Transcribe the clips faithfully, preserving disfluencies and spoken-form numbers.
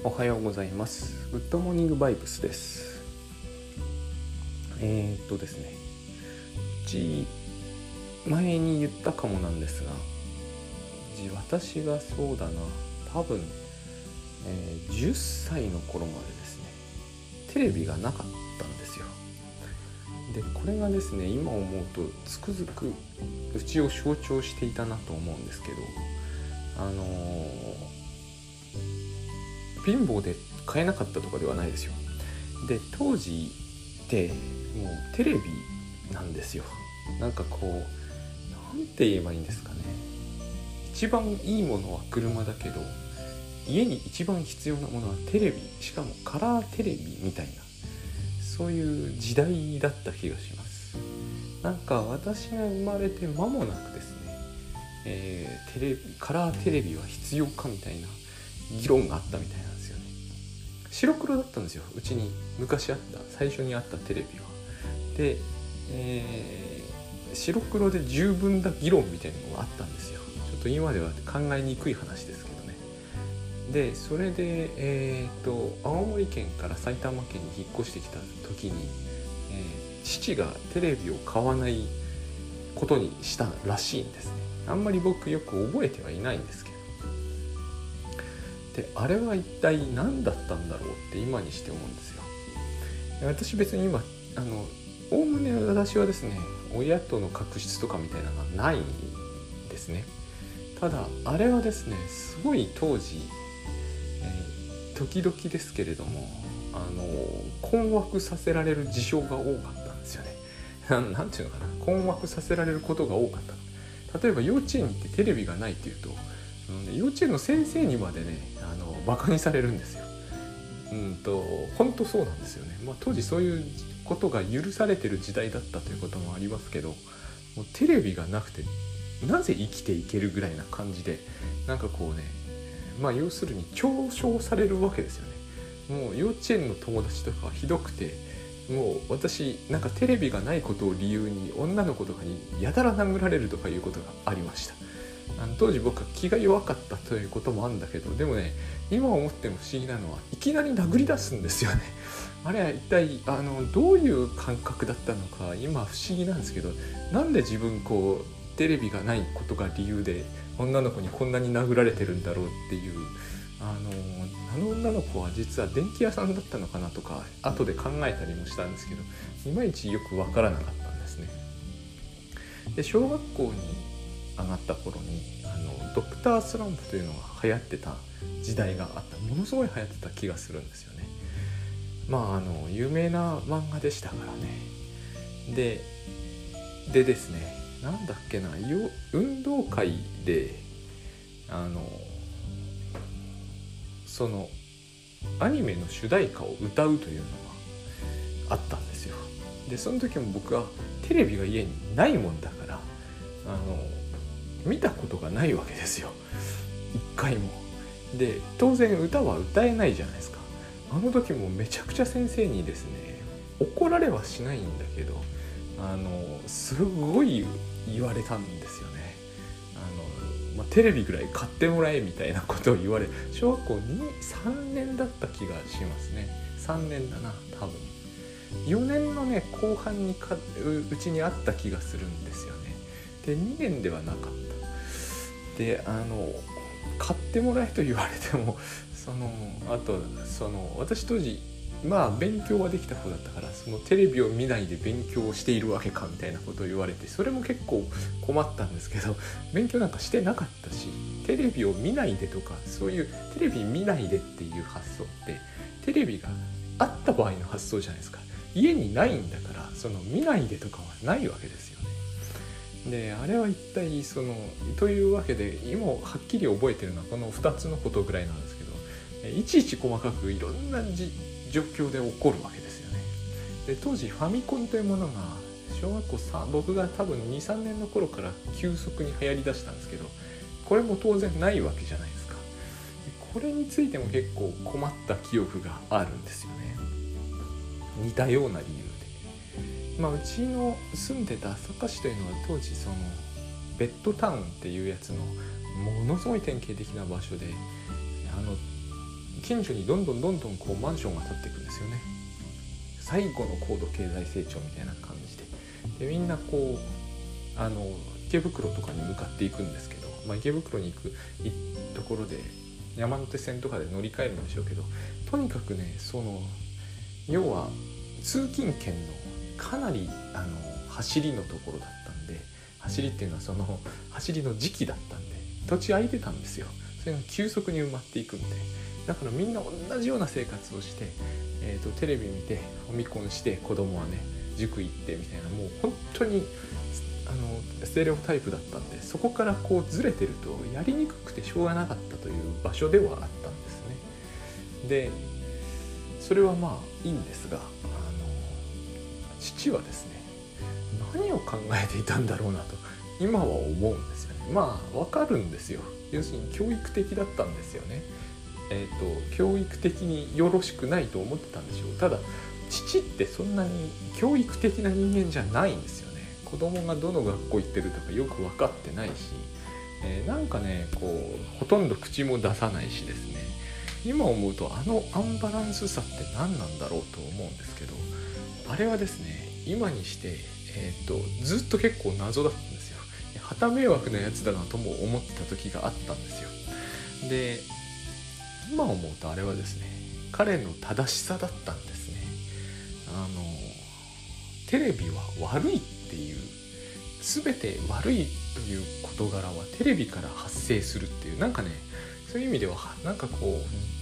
おはようございます。グッドモーニングバイブスです。えー、っとですねうち前に言ったかもなんですが、私がそうだな多分、えー、じゅっさいの頃までですねテレビがなかったんですよ。でこれがですね今思うとつくづくうちを象徴していたなと思うんですけど、あのー貧乏で買えなかったとかではないですよ。で当時ってもうテレビなんですよ。なんかこうなんて言えばいいんですかね、一番いいものは車だけど家に一番必要なものはテレビ、しかもカラーテレビみたいな、そういう時代だった気がします。なんか私が生まれて間もなくですね、えー、テレビカラーテレビは必要かみたいな議論があったみたいなんですよね。白黒だったんですよ、うちに昔あった最初にあったテレビは。で、えー、白黒で十分な議論みたいなのがあったんですよ。ちょっと今では考えにくい話ですけどね。でそれで、えー、と青森県から埼玉県に引っ越してきた時に、えー、父がテレビを買わないことにしたらしいんですね。あんまり僕よく覚えてはいないんですけど、であれは一体何だったんだろうって今にして思うんですよ。私別に今あのおおむね私はですね親との確執とかみたいなのがないんですね。ただあれはですねすごい当時、えー、時々ですけれどもあの困惑させられる事象が多かったんですよね。な, なんていうのかな困惑させられることが多かった。例えば幼稚園に行ってテレビがないっていうと、幼稚園の先生にまでねあのバカにされるんですよ。うんと本当そうなんですよね。まあ、当時そういうことが許されてる時代だったということもありますけど、もうテレビがなくてなぜ生きていけるぐらいな感じで、なんかこうね、まあ要するに嘲笑されるわけですよね。もう幼稚園の友達とかはひどくて、もう私なんかテレビがないことを理由に女の子とかにやたら殴られるとかいうことがありました。あの当時僕は気が弱かったということもあるんだけど、でもね今思っても不思議なのはいきなり殴り出すんですよね。あれは一体あのどういう感覚だったのか今不思議なんですけど、なんで自分こうテレビがないことが理由で女の子にこんなに殴られてるんだろうっていう、あのあの女の子は実は電気屋さんだったのかなとか後で考えたりもしたんですけど、いまいちよくわからなかったんですね。で小学校に上がった頃にあのドクタースランプというのが流行ってた時代があった。ものすごい流行ってた気がするんですよね。まああの有名な漫画でしたからね。ででですねなんだっけな運動会であのそのアニメの主題歌を歌うというのがあったんですよ。でその時も僕はテレビが家にないもんだからあの見たことがないわけですよ、一回も。で当然歌は歌えないじゃないですか。あの時もめちゃくちゃ先生にですね怒られはしないんだけどあのすごい言われたんですよね。あの、まあ、テレビぐらい買ってもらえみたいなことを言われ、小学校に、さんねんだった気がしますね。さんねんだな多分。よねんのね後半にか う, うちにあった気がするんですよね。でにねんではなかった。であの買ってもらえと言われてもそのあとその私当時まあ勉強はできた方だったから、そのテレビを見ないで勉強をしているわけかみたいなことを言われて、それも結構困ったんですけど、勉強なんかしてなかったし、テレビを見ないでとかそういうテレビ見ないでっていう発想ってテレビがあった場合の発想じゃないですか。家にないんだからその見ないでとかはないわけですよね。であれは一体そのというわけで今はっきり覚えてるのはこのふたつのことぐらいなんですけど、いちいち細かくいろんなじ状況で起こるわけですよね。で当時ファミコンというものが小学校さん僕が多分 にさんねんの頃から急速に流行りだしたんですけど、これも当然ないわけじゃないですか。これについても結構困った記憶があるんですよね。似たような理由で、まあ、うちの住んでた朝霞市というのは当時そのベッドタウンっていうやつのものすごい典型的な場所で、あの近所にどんどんどんどんこうマンションが建っていくんですよね。最後の高度経済成長みたいな感じで、でみんなこうあの池袋とかに向かっていくんですけど、まあ、池袋に行くところで山手線とかで乗り換えるんでしょうけど、とにかくねその要は通勤圏のかなりあの走りのところだったんで、走りっていうのはその走りの時期だったんで土地空いてたんですよ。それが急速に埋まっていくんで、だからみんな同じような生活をして、えーと、テレビ見てファミコンして子供はね塾行ってみたいな、もう本当にあのステレオタイプだったんで、そこからこうずれてるとやりにくくてしょうがなかったという場所ではあったんですね。でそれはまあいいんですが、あの父はですね何を考えていたんだろうなと今は思うんですよね。まあわかるんですよ。要するに教育的だったんですよね。えーと、教育的によろしくないと思ってたんでしょう。ただ父ってそんなに教育的な人間じゃないんですよね。子供がどの学校行ってるとかよく分かってないし、えー、なんかねこうほとんど口も出さないしですね、今思うとあのアンバランスさって何なんだろうと思うんですけど、あれはですね今にして、えーと、ずっと結構謎だったんですよ。旗迷惑なやつだなとも思ってた時があったんですよ。で今思うとあれはですね彼の正しさだったんですね。あのテレビは悪いっていう、全て悪いという事柄はテレビから発生するっていう、なんかねそういう意味ではなんかこう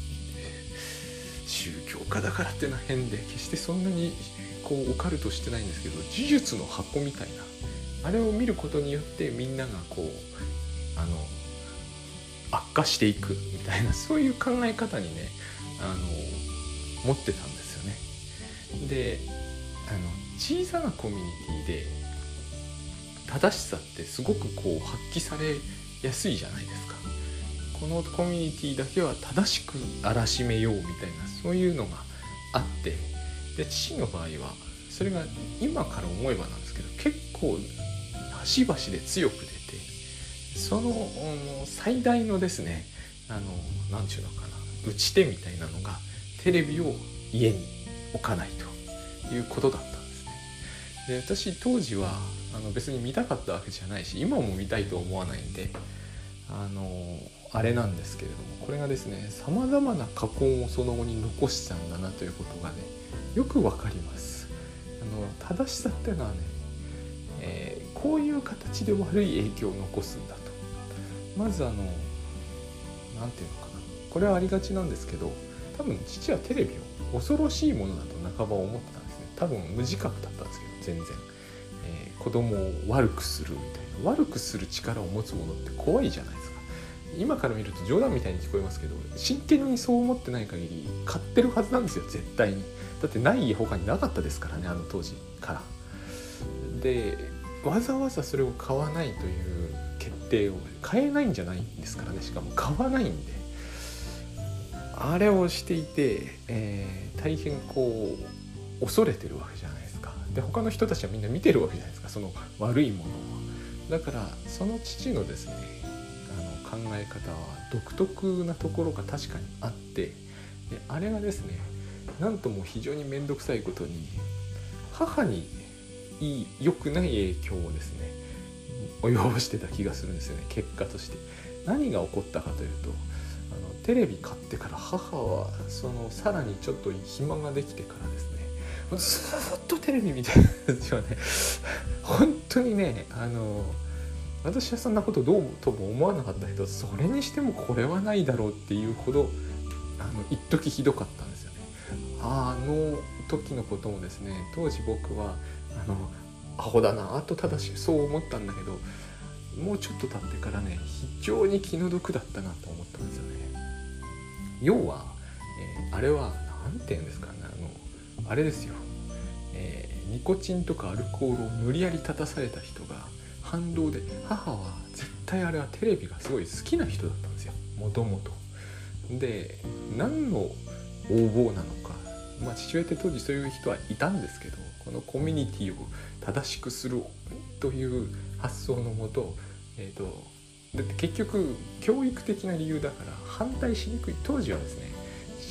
宗教家だからっていうのは変で、決してそんなにこうオカルトしてないんですけど、呪術の箱みたいなあれを見ることによってみんながこうあの悪化していくみたいな、そういう考え方にねあの持ってたんですよね。であの小さなコミュニティで正しさってすごくこう発揮されやすいじゃないですか。このコミュニティだけは正しくあらしめようみたいな、そういうのがあって、で父の場合はそれが今から思えばなんですけど結構端々で強く出て、その最大のですねあのなんちゅうのかな打ち手みたいなのがテレビを家に置かないということだったんですね。で私当時はあの別に見たかったわけじゃないし、今も見たいと思わないんであのあれなんですけれども、これがですねさまざまな禍根をその後に残したんだなということがねよくわかります。あの正しさっていうのはね、えー、こういう形で悪い影響を残すんだと。まずあのなんていうのかな、これはありがちなんですけど、多分父はテレビを恐ろしいものだと半ば思ってたんですね。多分無自覚だったんですけど全然、えー、子供を悪くするみたいな、悪くする力を持つものって怖いじゃないですか。今から見ると冗談みたいに聞こえますけど、真剣にそう思ってない限り買ってるはずなんですよ絶対に。だってない家他になかったですからね、あの当時から。でわざわざそれを買わないという決定を買えないんじゃないんですからね、しかも買わないんで、あれをしていて、えー、大変こう恐れてるわけじゃないですか。で他の人たちはみんな見てるわけじゃないですか、その悪いものを。だからその父のですねあの考え方は独特なところが確かにあって、であれがですねなんとも非常に面倒くさいことに母にいい良くない影響をですね及ぼしてた気がするんですよね。結果として何が起こったかというと、あのテレビ買ってから母はそのさらにちょっと暇ができてからですねずっとテレビ見てるんですよね。本当にねあの私はそんなことどうとも思わなかったけど、それにしてもこれはないだろうっていうほどあの一時ひどかったんですよね。あの時のこともですね、当時僕はあのアホだなとただしそう思ったんだけど、もうちょっと経ってからね非常に気の毒だったなと思ったんですよね。要は、えー、あれはなんて言うんですかね、あのあれですよ、えー、ニコチンとかアルコールを無理やり立たされた人が反動で、母は絶対あれはテレビがすごい好きな人だったんですよ、もともと。で何の横暴なのか、まあ父親って当時そういう人はいたんですけど、このコミュニティを正しくするという発想のもと、えーと、だって結局教育的な理由だから反対しにくい。当時はですね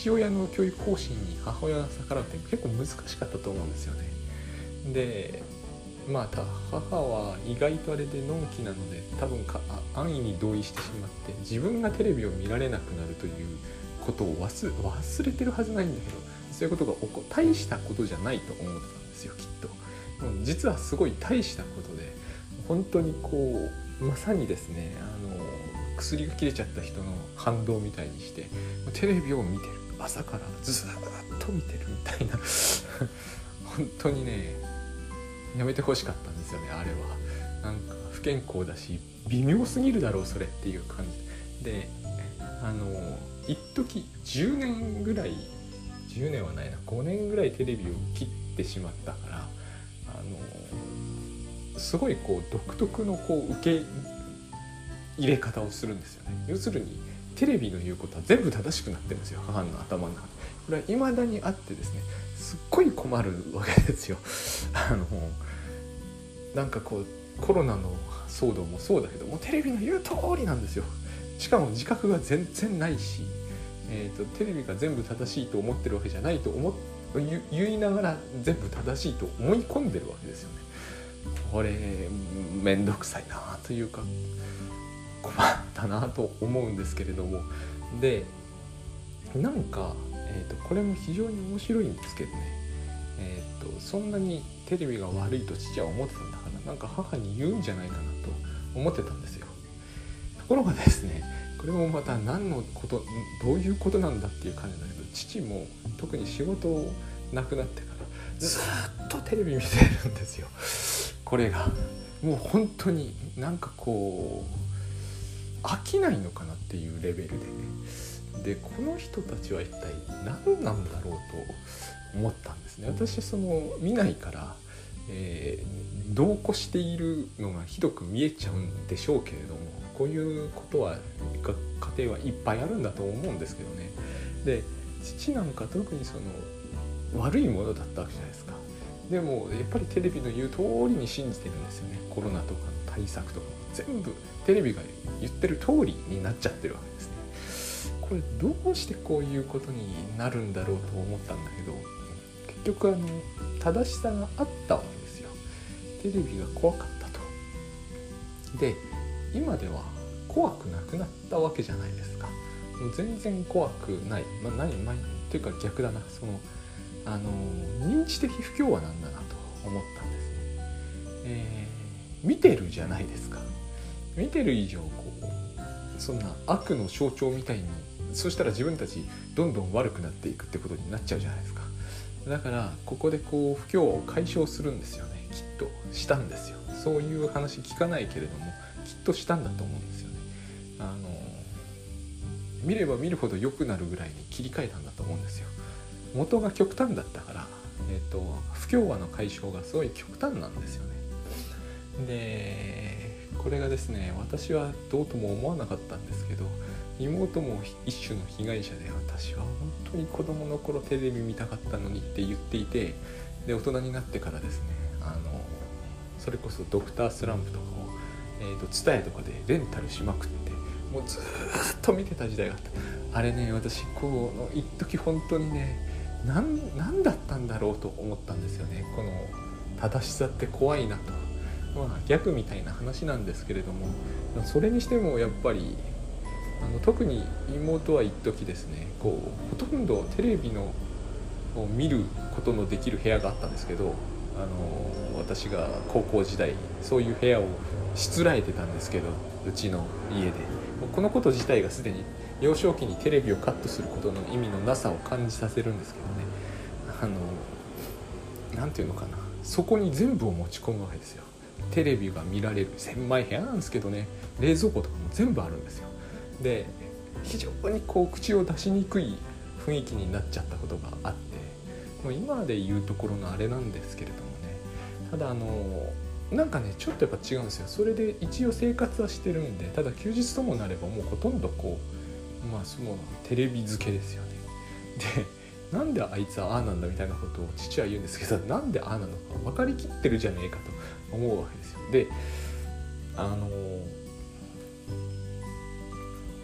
父親の教育方針に母親が逆らうって結構難しかったと思うんですよね。でまあ母は意外とあれでのんきなので多分か安易に同意してしまって自分がテレビを見られなくなるということを忘 忘, 忘れてるはずないんだけど、そういうことが起こ大したことじゃないと思ってたんですよきっと。実はすごい大したことで、本当にこうまさにですね、あの薬が切れちゃった人の反動みたいにしてテレビを見てる、朝からずっと見てるみたいな本当にねやめてほしかったんですよね。あれはなんか不健康だし微妙すぎるだろうそれっていう感じで、あの一時じゅうねんぐらいじゅうねんはないなごねんぐらいテレビを切ってしまったから、あのすごいこう独特のこう受け入れ方をするんですよね。要するにテレビの言うことは全部正しくなってるんですよ、母の頭の中で。これは未だにあってですね、すっごい困るわけですよ。あのなんかこうコロナの騒動もそうだけどもテレビの言う通りなんですよ。しかも自覚が全然ないし、えーと、テレビが全部正しいと思ってるわけじゃないと思言, 言いながら全部正しいと思い込んでるわけですよね。これめんどくさいなというか困ったなと思うんですけれども、でなんか、えーと、これも非常に面白いんですけどね、えーと、そんなにテレビが悪いと父は思ってたんだから、なんか母に言うんじゃないかなと思ってたんですよ。ところがですね、これもまた何のことどういうことなんだっていう感じだけど、父も特に仕事をなくなってからずっとテレビ見てるんですよ。これがもう本当になんかこう飽きないのかなっていうレベルでね。でこの人たちは一体何なんだろうと思ったんですね。私はその見ないから、えー、同行しているのがひどく見えちゃうんでしょうけれども、こういうことは家庭はいっぱいあるんだと思うんですけどね。で父なんか特にその悪いものだったわけじゃないですか。でもやっぱりテレビの言う通りに信じてるんですよね。コロナとかの対策とかも全部テレビが言ってる通りになっちゃってるわけですね。これどうしてこういうことになるんだろうと思ったんだけど、結局あの正しさがあったわけですよ。テレビが怖かったと。で今では怖くなくなったわけじゃないですか。もう全然怖くない、まあ、何前というか逆だな、そのあの認知的不協和なんだなと思ったんですね。えー、見てるじゃないですか。見てる以上こうそんな悪の象徴みたいに、そしたら自分たちどんどん悪くなっていくってことになっちゃうじゃないですか。だからここでこう不協和を解消するんですよね。きっとしたんですよ。そういう話聞かないけれどもきっとしたんだと思うんですよね。あの見れば見るほど良くなるぐらいに切り替えたんだと思うんですよ。元が極端だったから、えーと、不協和の解消がすごい極端なんですよね。でこれがですね、私はどうとも思わなかったんですけど、妹も一種の被害者で、私は本当に子供の頃テレビ見たかったのにって言っていて、で大人になってからですね、あのそれこそドクタースランプとかを、えーと、ツタヤとかでレンタルしまくって、もうずっと見てた時代があった。あれね、私こう一時本当にね、何, 何だったんだろうと思ったんですよね。この正しさって怖いなと。まあギャグみたいな話なんですけれども、それにしてもやっぱりあの特に妹は一時ですね、こうほとんどテレビのを見ることのできる部屋があったんですけど、あの私が高校時代そういう部屋をしつらえてたんですけど、うちの家でこのこと自体がすでに幼少期にテレビをカットすることの意味のなさを感じさせるんですけどね、あのなんていうのかな、そこに全部を持ち込むわけですよ。テレビが見られる狭い部屋なんですけどね、冷蔵庫とかも全部あるんですよ。で非常にこう口を出しにくい雰囲気になっちゃったことがあって、もう今で言うところのあれなんですけれどもね、ただあのなんかねちょっとやっぱ違うんですよ。それで一応生活はしてるんで、ただ休日ともなればもうほとんどこうまあそのテレビ漬けですよね。でなんであいつはああなんだみたいなことを父は言うんですけど、なんでああなのか分かりきってるじゃねえかと思うわけですよ。であの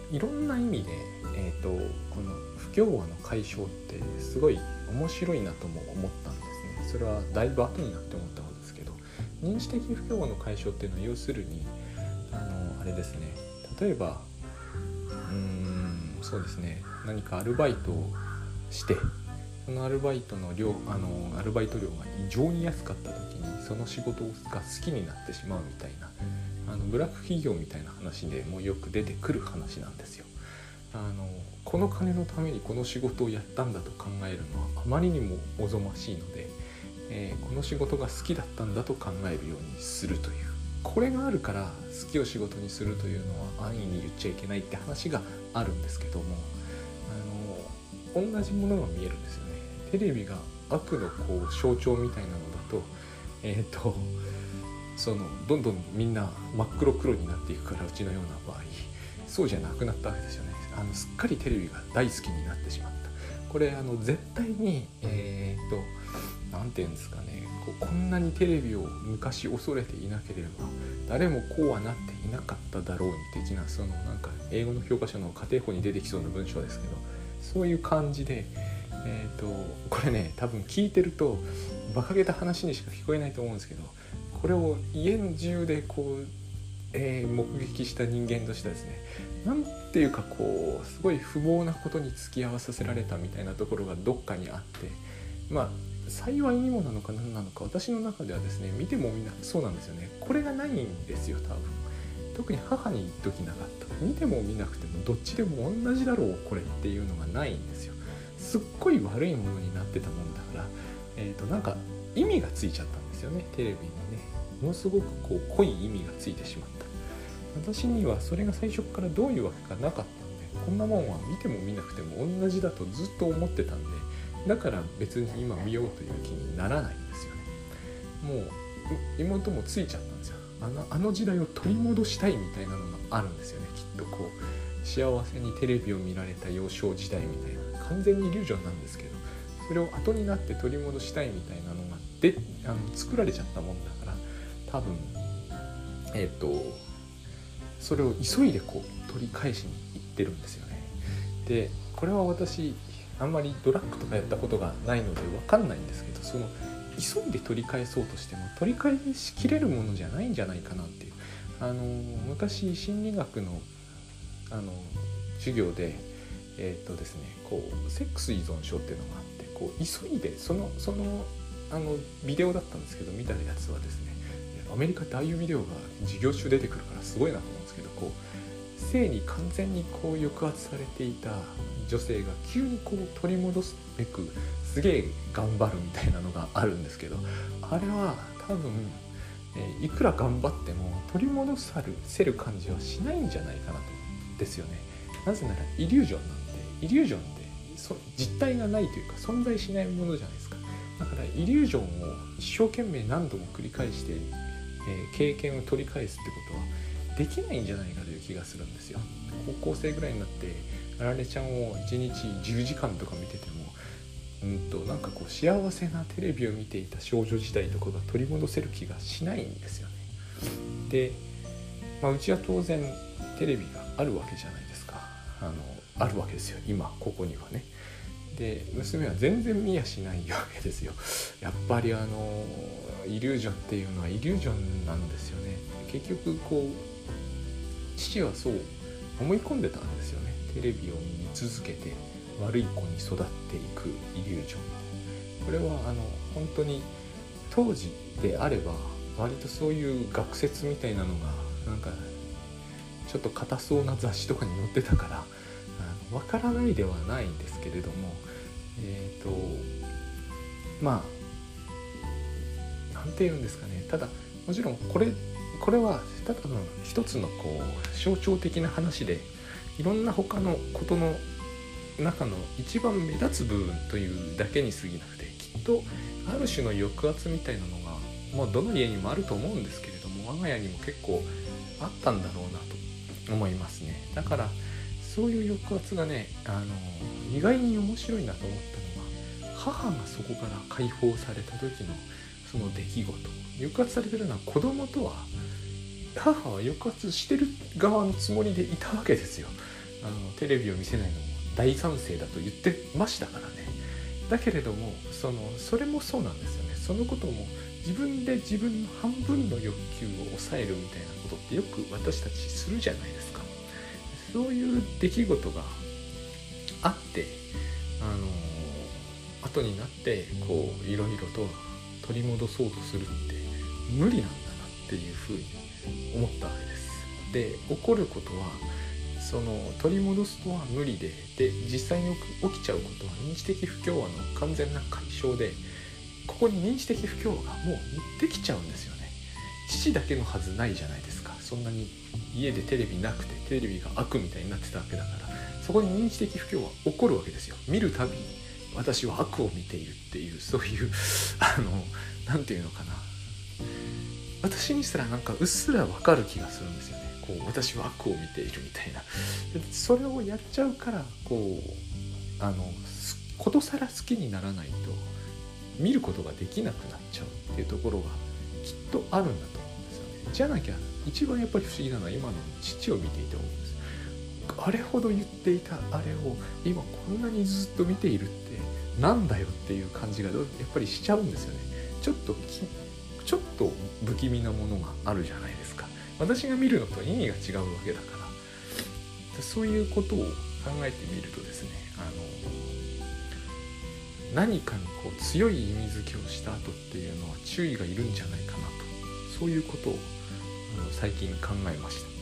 いろんな意味で、えーと、この不協和の解消ってすごい面白いなとも思ったんですね。それはだいぶ後になって思ったことですけど、認知的不協和の解消っていうのは要するにあのあれですね、例えばうーんそうですね、何かアルバイトをしてそのアルバイトの量あのアルバイト料が異常に安かった時にその仕事が好きになってしまうみたいな、あのブラック企業みたいな話でもうよく出てくる話なんですよ。あのこの金のためにこの仕事をやったんだと考えるのはあまりにもおぞましいので、えー、この仕事が好きだったんだと考えるようにするという、これがあるから好きを仕事にするというのは安易に言っちゃいけないって話があるんですけども、あの同じものが見えるんですよね。テレビが悪のこう象徴みたいなのだと、えーとそのどんどんみんな真っ黒黒になっていくから、うちのような場合そうじゃなくなったわけですよね。あのすっかりテレビが大好きになってしまった。これあの絶対にえーとなんていうんですかね、こうこんなにテレビを昔恐れていなければ誰もこうはなっていなかっただろうに的な、そのなんか英語の教科書の家庭法に出てきそうな文章ですけど、そういう感じで、えーとこれね多分聞いてると馬鹿げた話にしか聞こえないと思うんですけど、これを家中でこう、えー、目撃した人間としてですね、なんていうかこうすごい不毛なことに付き合わさせられたみたいなところがどっかにあって、まあ幸いにもなのか何なのか私の中ではですね、見てもみんなそうなんですよね。これがないんですよ多分。特に母に言っときなかった。見ても見なくてもどっちでも同じだろうこれっていうのがないんですよ。すっごい悪いものになってたもんだから、えーとなんか意味がついちゃったんですよね、テレビにね。ものすごくこう濃い意味がついてしまった。私にはそれが最初からどういうわけかなかったんで、こんなもんは見ても見なくても同じだとずっと思ってたんで、だから別に今見ようという気にならないんですよね。もう妹もついちゃったんですよ。あの、あの時代を取り戻したいみたいなのがあるんですよね。きっとこう幸せにテレビを見られた幼少時代みたいな、完全にイリュージョンなんですけど、それを後になって取り戻したいみたいなのがであの作られちゃったもんだから、多分えっとそれを急いでこう取り返しに行ってるんですよね。でこれは私あんまりドラッグとかやったことがないので分かんないんですけど、その急いで取り返そうとしても取り返しきれるものじゃないんじゃないかなっていう。あの昔心理学のあの授業でえっとですねこうセックス依存症っていうのがあって、こう急いでそのそのあのビデオだったんですけど、見たやつはですね、アメリカってああいうビデオが授業中出てくるからすごいなと思うんですけど、こう性に完全にこう抑圧されていた女性が急にこう取り戻すべくすげえ頑張るみたいなのがあるんですけど、あれは多分、えー、いくら頑張っても取り戻させる感じはしないんじゃないかなとですよね。なぜならイリュージョンなんで、イリュージョンってそ実体がないというか存在しないものじゃないですか。だからイリュージョンを一生懸命何度も繰り返して、えー、経験を取り返すってことはできないんじゃないかという気がするんですよ。高校生ぐらいになってあられちゃんをいちにちじゅうじかんとか見てても、うんとなんかこう幸せなテレビを見ていた少女時代とかが取り戻せる気がしないんですよね。で、まあ、うちは当然テレビがあるわけじゃないですか。あのあるわけですよ今ここにはね。で娘は全然見やしないわけですよ。やっぱりあのイリュージョンっていうのはイリュージョンなんですよね。結局こう父はそう思い込んでたんですよね。テレビを見続けて悪い子に育っていくイリュージョン。これはあの本当に当時であれば割とそういう学説みたいなのがなんかちょっと硬そうな雑誌とかに載ってたからわからないではないんですけれども、えっとまあなんて言うんですかね。ただもちろんこれこれはただの一つのこう象徴的な話で、いろんな他のことの中の一番目立つ部分というだけに過ぎなくて、きっとある種の抑圧みたいなのがもうどの家にもあると思うんですけれども、我が家にも結構あったんだろうなと思いますね。だからそういう抑圧がね、あの意外に面白いなと思ったのは、母がそこから解放された時のその出来事。抑圧されてるのは子供とは、母は抑圧してる側のつもりでいたわけですよ。 あのテレビを見せないのも大賛成だと言ってましたからね。だけれどもそのそれもそうなんですよね。そのことも自分で自分の半分の欲求を抑えるみたいなことってよく私たちするじゃないですか。そういう出来事があってあの後になってこういろいろと取り戻そうとするって無理なんだなっていうふうに思ったわけです。で起こることはその取り戻すのは無理で、で実際に起きちゃうことは認知的不協和の完全な解消で、ここに認知的不協和がもうできちゃうんですよね。父だけのはずないじゃないですか。そんなに家でテレビなくてテレビが悪みたいになってたわけだから、そこに認知的不協和起こるわけですよ。見るたびに私は悪を見ているっていう、そういうあのなんていうのかな、私にすらなんかうっすらわかる気がするんですよね。こう私は悪を見ているみたいな。それをやっちゃうからこうあのことさら好きにならないと見ることができなくなっちゃうっていうところがきっとあるんだと思うんですよね。じゃなきゃ一番やっぱり不思議なのは今の父を見ていて思うんです。あれほど言っていたあれを今こんなにずっと見ているってなんだよっていう感じがやっぱりしちゃうんですよね。ちょっときちょっと不気味なものがあるじゃないですか。私が見るのと意味が違うわけだから、そういうことを考えてみるとですね、あの何かにこう強い意味付けをした後っていうのは注意がいるんじゃないかなと、そういうことをあの最近考えました。